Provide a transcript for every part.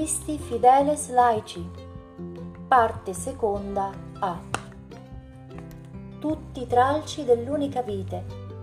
Christi Fideles Laici, parte seconda A. Tutti tralci dell'unica vite.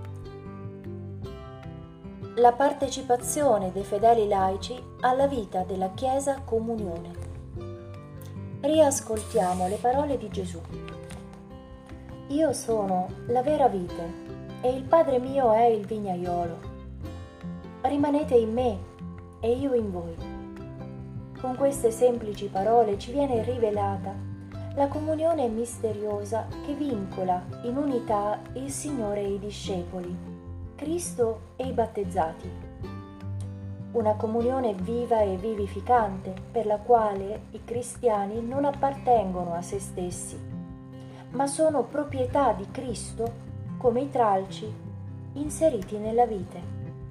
La partecipazione dei fedeli laici alla vita della Chiesa Comunione. Riascoltiamo le parole di Gesù. Io sono la vera vite e il Padre mio è il vignaiolo. Rimanete in me e io in voi. Con queste semplici parole ci viene rivelata la comunione misteriosa che vincola in unità il Signore e i discepoli, Cristo e i battezzati. Una comunione viva e vivificante per la quale i cristiani non appartengono a se stessi, ma sono proprietà di Cristo come i tralci inseriti nella vite.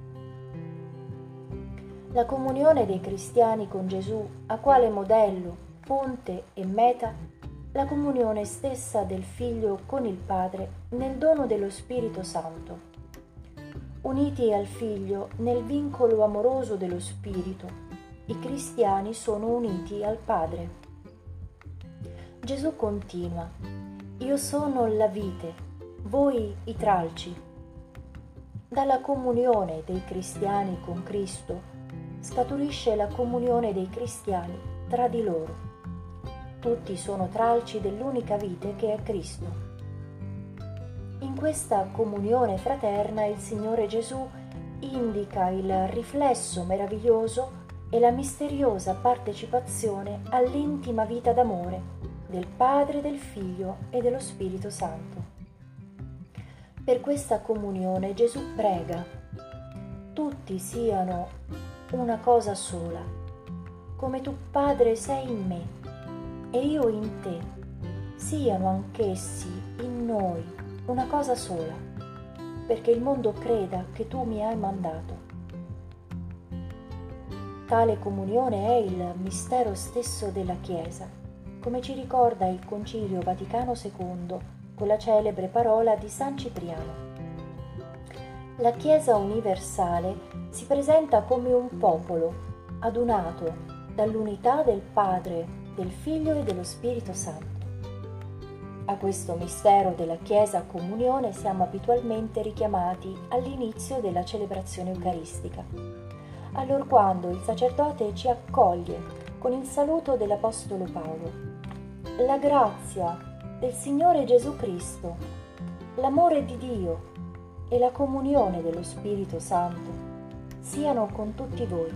La comunione dei cristiani con Gesù ha quale modello, fonte e meta la comunione stessa del Figlio con il Padre nel dono dello Spirito Santo. Uniti al Figlio nel vincolo amoroso dello Spirito, i cristiani sono uniti al Padre. Gesù continua: Io sono la vite, voi i tralci. Dalla comunione dei cristiani con Cristo scaturisce la comunione dei cristiani tra di loro. Tutti sono tralci dell'unica vite che è Cristo. In questa comunione fraterna il Signore Gesù indica il riflesso meraviglioso e la misteriosa partecipazione all'intima vita d'amore del Padre, del Figlio e dello Spirito Santo. Per questa comunione Gesù prega: tutti siano una cosa sola, come tu Padre sei in me e io in te, siano anch'essi in noi una cosa sola, perché il mondo creda che tu mi hai mandato. Tale comunione è il mistero stesso della Chiesa, come ci ricorda il Concilio Vaticano II con la celebre parola di San Cipriano. La Chiesa universale si presenta come un popolo adunato dall'unità del Padre, del Figlio e dello Spirito Santo. A questo mistero della Chiesa Comunione siamo abitualmente richiamati all'inizio della celebrazione eucaristica, allorquando il sacerdote ci accoglie con il saluto dell'Apostolo Paolo. La grazia del Signore Gesù Cristo, l'amore di Dio e la comunione dello Spirito Santo siano con tutti voi.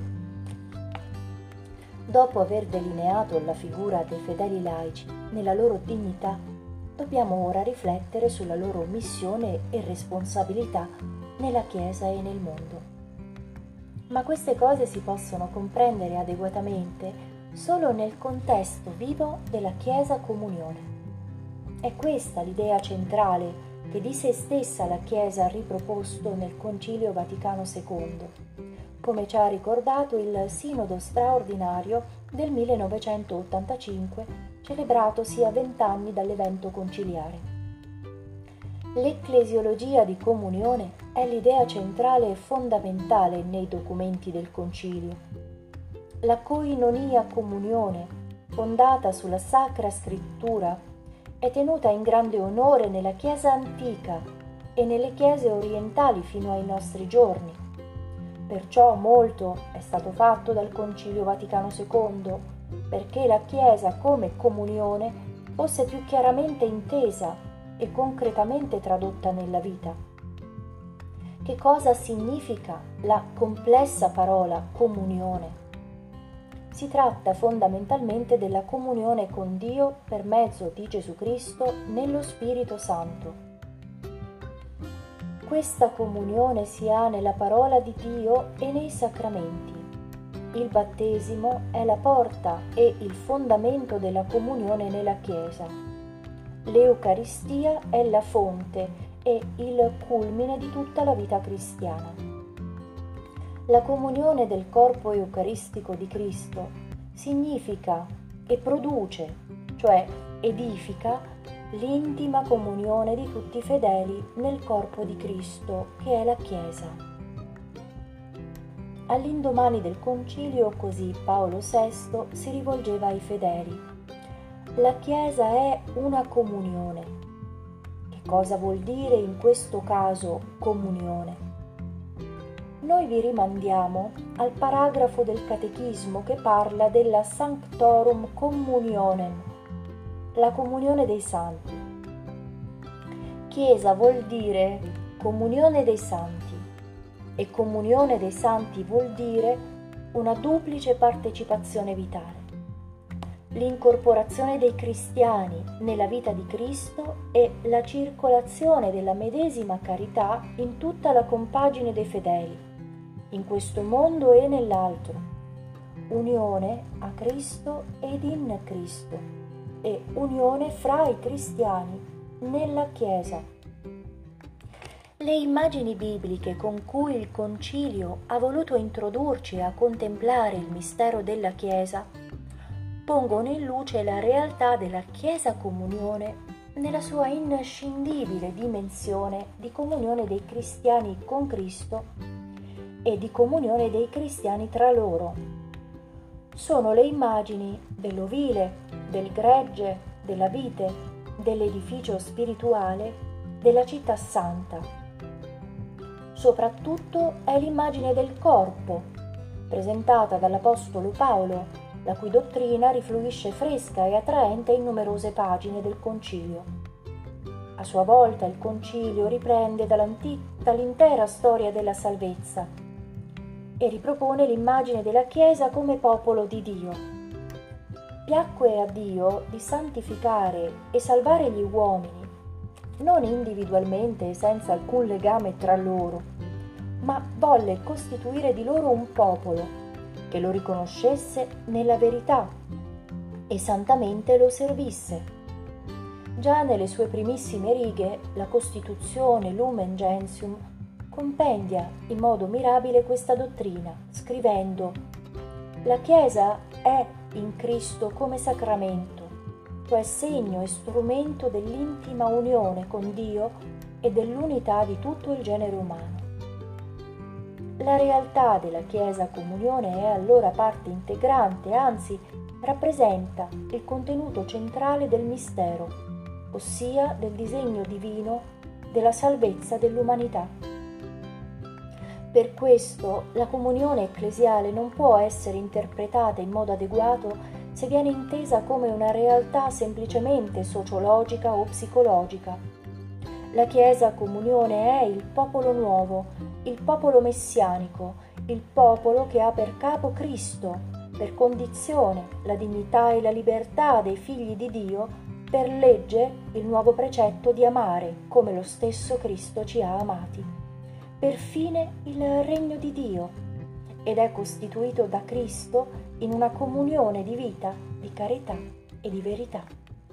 Dopo aver delineato la figura dei fedeli laici nella loro dignità, dobbiamo ora riflettere sulla loro missione e responsabilità nella Chiesa e nel mondo. Ma queste cose si possono comprendere adeguatamente solo nel contesto vivo della Chiesa Comunione. È questa l'idea centrale che di se stessa la Chiesa ha riproposto nel Concilio Vaticano II, come ci ha ricordato il Sinodo straordinario del 1985, celebratosi a 20 anni dall'evento conciliare. L'ecclesiologia di comunione è l'idea centrale e fondamentale nei documenti del Concilio. La koinonia comunione, fondata sulla Sacra Scrittura, è tenuta in grande onore nella Chiesa antica e nelle Chiese orientali fino ai nostri giorni. Perciò molto è stato fatto dal Concilio Vaticano II perché la Chiesa come comunione fosse più chiaramente intesa e concretamente tradotta nella vita. Che cosa significa la complessa parola comunione? Si tratta fondamentalmente della comunione con Dio per mezzo di Gesù Cristo nello Spirito Santo. Questa comunione si ha nella parola di Dio e nei sacramenti. Il battesimo è la porta e il fondamento della comunione nella Chiesa. L'Eucaristia è la fonte e il culmine di tutta la vita cristiana. La comunione del corpo eucaristico di Cristo significa e produce, cioè edifica, l'intima comunione di tutti i fedeli nel corpo di Cristo, che è la Chiesa. All'indomani del concilio, così Paolo VI si rivolgeva ai fedeli. La Chiesa è una comunione. Che cosa vuol dire in questo caso comunione? Noi vi rimandiamo al paragrafo del Catechismo che parla della Sanctorum Communionem, la comunione dei santi. Chiesa vuol dire comunione dei santi e comunione dei santi vuol dire una duplice partecipazione vitale. L'incorporazione dei cristiani nella vita di Cristo e la circolazione della medesima carità in tutta la compagine dei fedeli, in questo mondo e nell'altro, unione a Cristo ed in Cristo e unione fra i cristiani nella Chiesa. Le immagini bibliche con cui il Concilio ha voluto introdurci a contemplare il mistero della Chiesa pongono in luce la realtà della Chiesa comunione nella sua inscindibile dimensione di comunione dei cristiani con Cristo e di comunione dei cristiani tra loro. Sono le immagini dell'ovile, del gregge, della vite, dell'edificio spirituale, della città santa. Soprattutto è l'immagine del corpo, presentata dall'Apostolo Paolo, la cui dottrina rifluisce fresca e attraente in numerose pagine del Concilio. A sua volta il Concilio riprende dall'intera storia della salvezza e ripropone l'immagine della Chiesa come popolo di Dio. Piacque a Dio di santificare e salvare gli uomini, non individualmente e senza alcun legame tra loro, ma volle costituire di loro un popolo che lo riconoscesse nella verità e santamente lo servisse. Già nelle sue primissime righe la Costituzione Lumen Gentium compendia in modo mirabile questa dottrina, scrivendo: la Chiesa è in Cristo come sacramento, cioè segno e strumento dell'intima unione con Dio e dell'unità di tutto il genere umano. La realtà della Chiesa comunione è allora parte integrante, anzi rappresenta il contenuto centrale del mistero, ossia del disegno divino della salvezza dell'umanità. Per questo la comunione ecclesiale non può essere interpretata in modo adeguato se viene intesa come una realtà semplicemente sociologica o psicologica. La Chiesa comunione è il popolo nuovo, il popolo messianico, il popolo che ha per capo Cristo, per condizione la dignità e la libertà dei figli di Dio, per legge il nuovo precetto di amare come lo stesso Cristo ci ha amati, per fine il regno di Dio, ed è costituito da Cristo in una comunione di vita, di carità e di verità.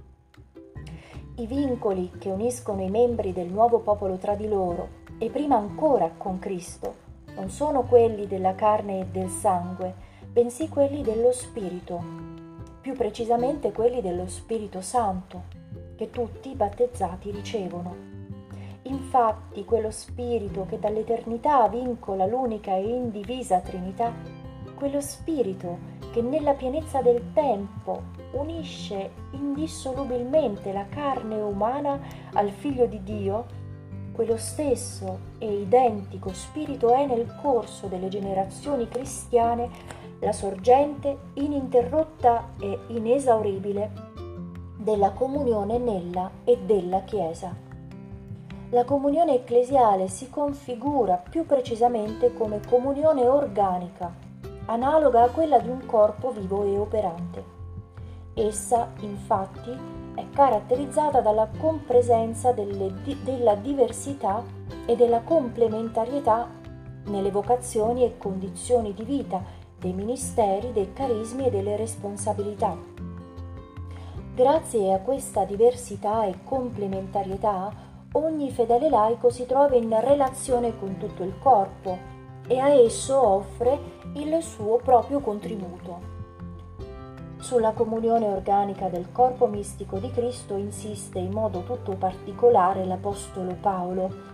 I vincoli che uniscono i membri del nuovo popolo tra di loro e prima ancora con Cristo non sono quelli della carne e del sangue, bensì quelli dello Spirito, più precisamente quelli dello Spirito Santo, che tutti i battezzati ricevono. Infatti quello Spirito che dall'eternità vincola l'unica e indivisa Trinità, quello Spirito che nella pienezza del tempo unisce indissolubilmente la carne umana al Figlio di Dio, quello stesso e identico Spirito è nel corso delle generazioni cristiane la sorgente ininterrotta e inesauribile della comunione nella e della Chiesa. La comunione ecclesiale si configura più precisamente come comunione organica, analoga a quella di un corpo vivo e operante. Essa, infatti, è caratterizzata dalla compresenza della diversità e della complementarietà nelle vocazioni e condizioni di vita, dei ministeri, dei carismi e delle responsabilità. Grazie a questa diversità e complementarietà, ogni fedele laico si trova in relazione con tutto il corpo e a esso offre il suo proprio contributo. Sulla comunione organica del corpo mistico di Cristo insiste in modo tutto particolare l'Apostolo Paolo,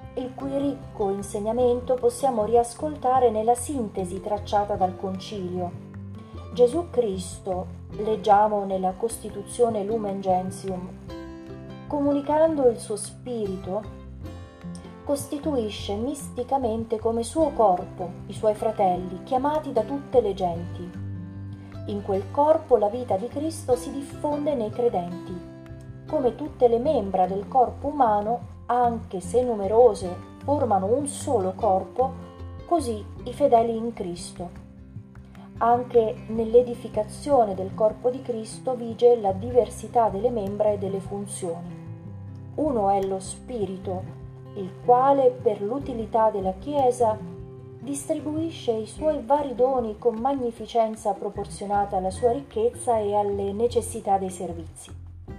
il cui ricco insegnamento possiamo riascoltare nella sintesi tracciata dal Concilio. Gesù Cristo, leggiamo nella Costituzione Lumen Gentium, comunicando il suo spirito, costituisce misticamente come suo corpo i suoi fratelli, chiamati da tutte le genti. In quel corpo la vita di Cristo si diffonde nei credenti. Come tutte le membra del corpo umano, anche se numerose, formano un solo corpo, così i fedeli in Cristo. Anche nell'edificazione del corpo di Cristo vige la diversità delle membra e delle funzioni. Uno è lo Spirito, il quale per l'utilità della Chiesa distribuisce i suoi vari doni con magnificenza proporzionata alla sua ricchezza e alle necessità dei servizi.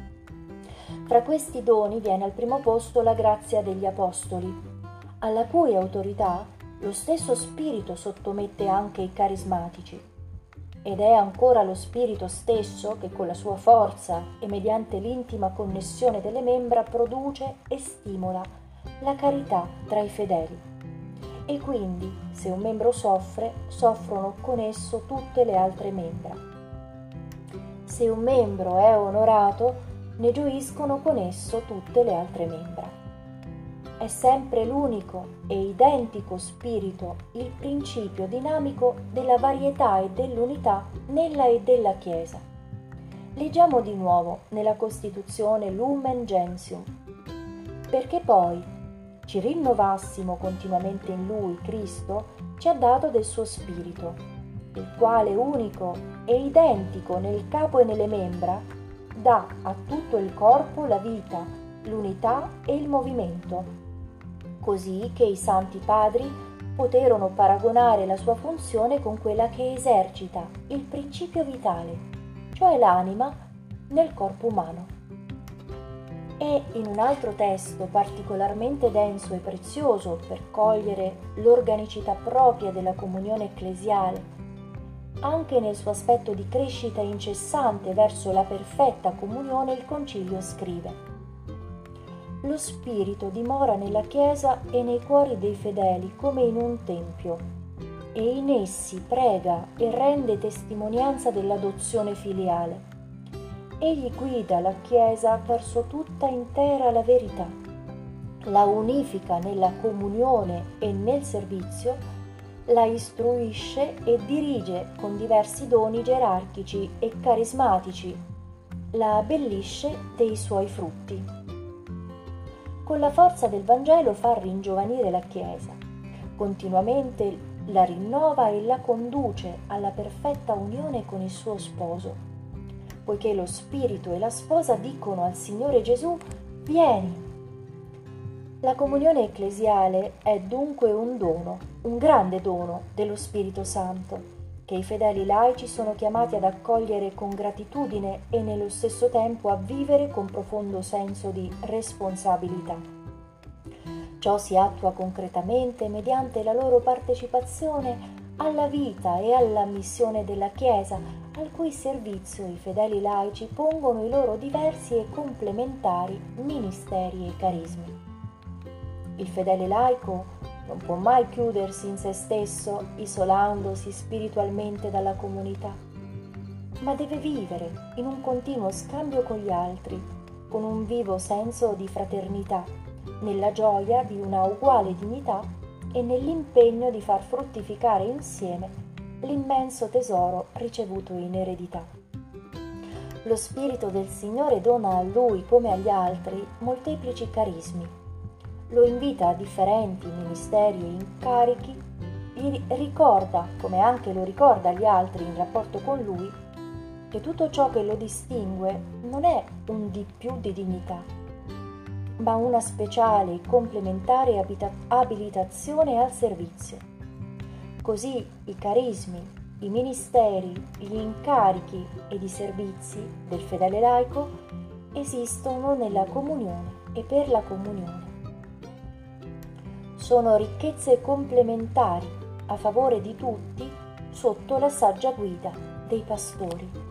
Fra questi doni viene al primo posto la grazia degli Apostoli, alla cui autorità lo stesso Spirito sottomette anche i carismatici. Ed è ancora lo Spirito stesso che con la sua forza e mediante l'intima connessione delle membra produce e stimola la carità tra i fedeli. E quindi, se un membro soffre, soffrono con esso tutte le altre membra. Se un membro è onorato, ne gioiscono con esso tutte le altre membra. È sempre l'unico e identico Spirito il principio dinamico della varietà e dell'unità nella e della Chiesa. Leggiamo di nuovo nella Costituzione Lumen Gentium. Perché poi ci rinnovassimo continuamente in Lui, Cristo, ci ha dato del suo Spirito, il quale unico e identico nel capo e nelle membra, dà a tutto il corpo la vita, l'unità e il movimento, così che i Santi Padri poterono paragonare la sua funzione con quella che esercita il principio vitale, cioè l'anima, nel corpo umano. E in un altro testo particolarmente denso e prezioso per cogliere l'organicità propria della comunione ecclesiale, anche nel suo aspetto di crescita incessante verso la perfetta comunione, il Concilio scrive: lo Spirito dimora nella Chiesa e nei cuori dei fedeli come in un tempio, e in essi prega e rende testimonianza dell'adozione filiale. Egli guida la Chiesa verso tutta intera la verità, la unifica nella comunione e nel servizio, la istruisce e dirige con diversi doni gerarchici e carismatici, la abbellisce dei suoi frutti. Con la forza del Vangelo fa ringiovanire la Chiesa, continuamente la rinnova e la conduce alla perfetta unione con il suo sposo, poiché lo Spirito e la sposa dicono al Signore Gesù: vieni. La comunione ecclesiale è dunque un dono, un grande dono dello Spirito Santo, che i fedeli laici sono chiamati ad accogliere con gratitudine e nello stesso tempo a vivere con profondo senso di responsabilità. Ciò si attua concretamente mediante la loro partecipazione alla vita e alla missione della Chiesa, al cui servizio i fedeli laici pongono i loro diversi e complementari ministeri e carismi. Il fedele laico non può mai chiudersi in se stesso, isolandosi spiritualmente dalla comunità, ma deve vivere in un continuo scambio con gli altri, con un vivo senso di fraternità, nella gioia di una uguale dignità e nell'impegno di far fruttificare insieme l'immenso tesoro ricevuto in eredità. Lo Spirito del Signore dona a Lui, come agli altri, molteplici carismi. Lo invita a differenti ministeri e incarichi, gli ricorda, come anche lo ricorda agli altri in rapporto con Lui, che tutto ciò che lo distingue non è un di più di dignità, ma una speciale e complementare abilitazione al servizio. Così i carismi, i ministeri, gli incarichi ed i servizi del fedele laico esistono nella comunione e per la comunione. Sono ricchezze complementari a favore di tutti sotto la saggia guida dei pastori.